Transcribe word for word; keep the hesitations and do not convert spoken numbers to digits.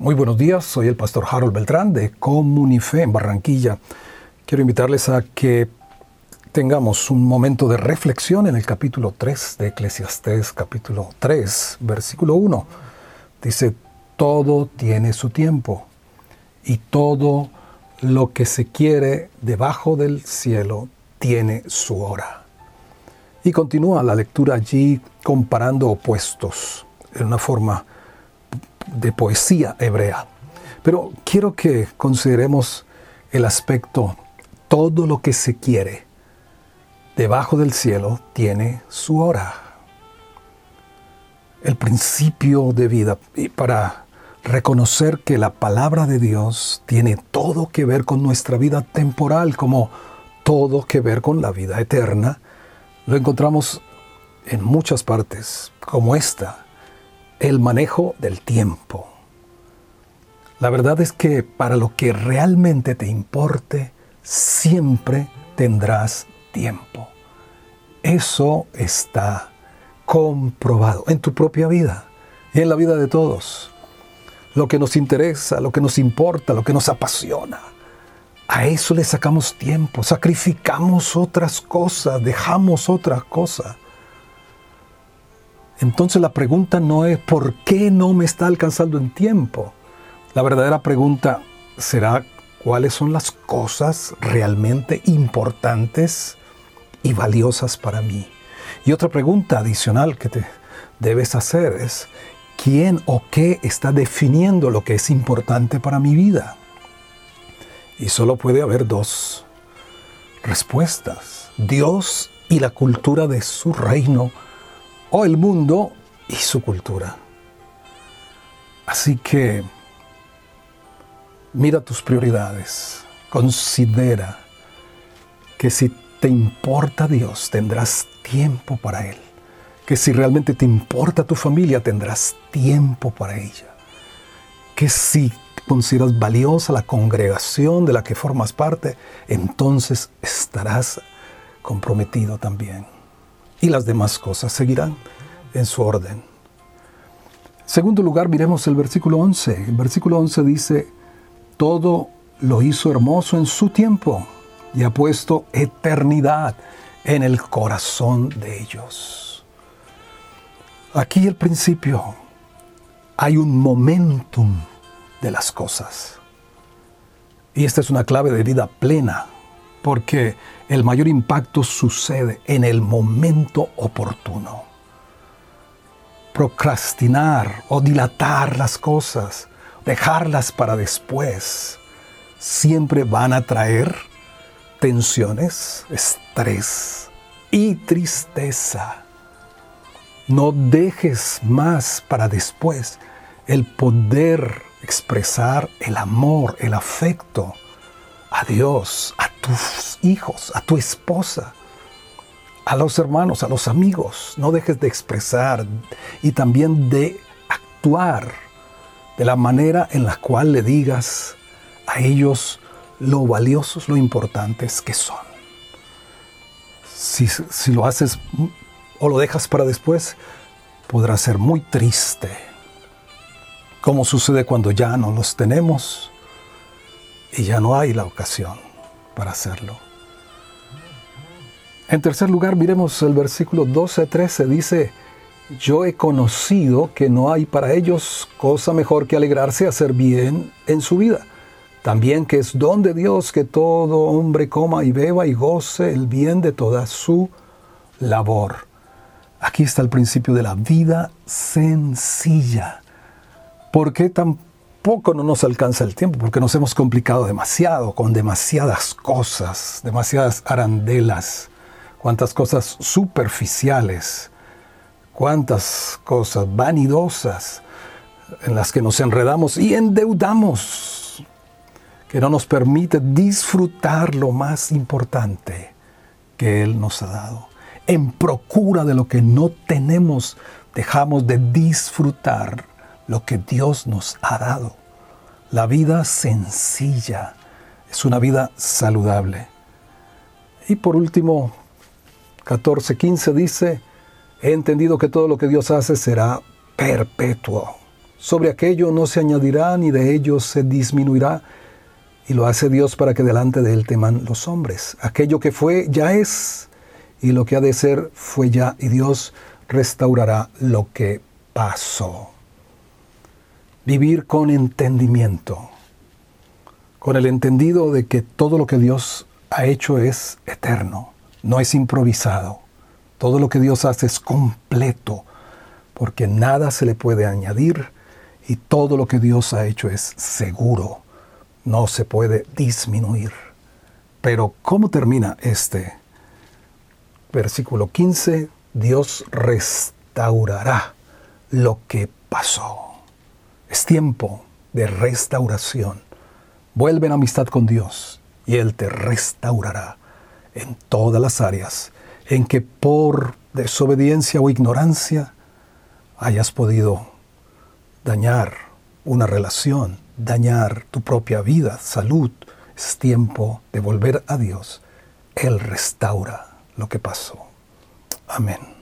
Muy buenos días, soy el pastor Harold Beltrán de Comunife en Barranquilla. Quiero invitarles a que tengamos un momento de reflexión en el capítulo tres de Eclesiastés, capítulo tres, versículo uno. Dice, todo tiene su tiempo y todo lo que se quiere debajo del cielo tiene su hora. Y continúa la lectura allí comparando opuestos en una forma de poesía hebrea. Pero quiero que consideremos el aspecto, todo lo que se quiere debajo del cielo tiene su hora. El principio de vida, y para reconocer que la palabra de Dios tiene todo que ver con nuestra vida temporal, como todo que ver con la vida eterna, lo encontramos en muchas partes, como esta. El manejo del tiempo. La verdad es que para lo que realmente te importe, siempre tendrás tiempo. Eso está comprobado en tu propia vida y en la vida de todos. Lo que nos interesa, lo que nos importa, lo que nos apasiona, a eso le sacamos tiempo, sacrificamos otras cosas, dejamos otras cosas. Entonces la pregunta no es ¿por qué no me está alcanzando en tiempo? La verdadera pregunta será ¿cuáles son las cosas realmente importantes y valiosas para mí? Y otra pregunta adicional que te debes hacer es ¿quién o qué está definiendo lo que es importante para mi vida? Y solo puede haber dos respuestas: Dios y la cultura de su reino, o el mundo y su cultura. Así que mira tus prioridades. Considera que si te importa Dios, tendrás tiempo para Él. Que si realmente te importa tu familia, tendrás tiempo para ella. Que si consideras valiosa la congregación de la que formas parte, entonces estarás comprometido también. Y las demás cosas seguirán en su orden. En segundo lugar, miremos el versículo once. El versículo once dice, todo lo hizo hermoso en su tiempo y ha puesto eternidad en el corazón de ellos. Aquí el principio, hay un momentum de las cosas. Y esta es una clave de vida plena, porque el mayor impacto sucede en el momento oportuno. Procrastinar o dilatar las cosas, dejarlas para después, siempre van a traer tensiones, estrés y tristeza. No dejes más para después el poder expresar el amor, el afecto a Dios, a tus hijos, a tu esposa, a los hermanos, a los amigos. No dejes de expresar y también de actuar de la manera en la cual le digas a ellos lo valiosos, lo importantes que son. Si, si lo haces o lo dejas para después, podrá ser muy triste, como sucede cuando ya no los tenemos y ya no hay la ocasión para hacerlo. En tercer lugar, miremos el versículo doce a trece. Dice, yo he conocido que no hay para ellos cosa mejor que alegrarse y hacer bien en su vida. También que es don de Dios que todo hombre coma y beba y goce el bien de toda su labor. Aquí está el principio de la vida sencilla. ¿Por qué tan poco no nos alcanza el tiempo? Porque nos hemos complicado demasiado, con demasiadas cosas, demasiadas arandelas, cuántas cosas superficiales, cuántas cosas vanidosas en las que nos enredamos y endeudamos, que no nos permite disfrutar lo más importante que Él nos ha dado. En procura de lo que no tenemos, dejamos de disfrutar lo que Dios nos ha dado. La vida sencilla es una vida saludable. Y por último, catorce quince dice, he entendido que todo lo que Dios hace será perpetuo. Sobre aquello no se añadirá ni de ello se disminuirá. Y lo hace Dios para que delante de Él teman los hombres. Aquello que fue, ya es. Y lo que ha de ser, fue ya. Y Dios restaurará lo que pasó. Vivir con entendimiento. Con el entendido de que todo lo que Dios ha hecho es eterno. No es improvisado. Todo lo que Dios hace es completo. Porque nada se le puede añadir. Y todo lo que Dios ha hecho es seguro. No se puede disminuir. Pero ¿cómo termina este versículo quince? Dios restaurará lo que pasó. Es tiempo de restauración. Vuelve en amistad con Dios y Él te restaurará en todas las áreas en que por desobediencia o ignorancia hayas podido dañar una relación, dañar tu propia vida, salud. Es tiempo de volver a Dios. Él restaura lo que pasó. Amén.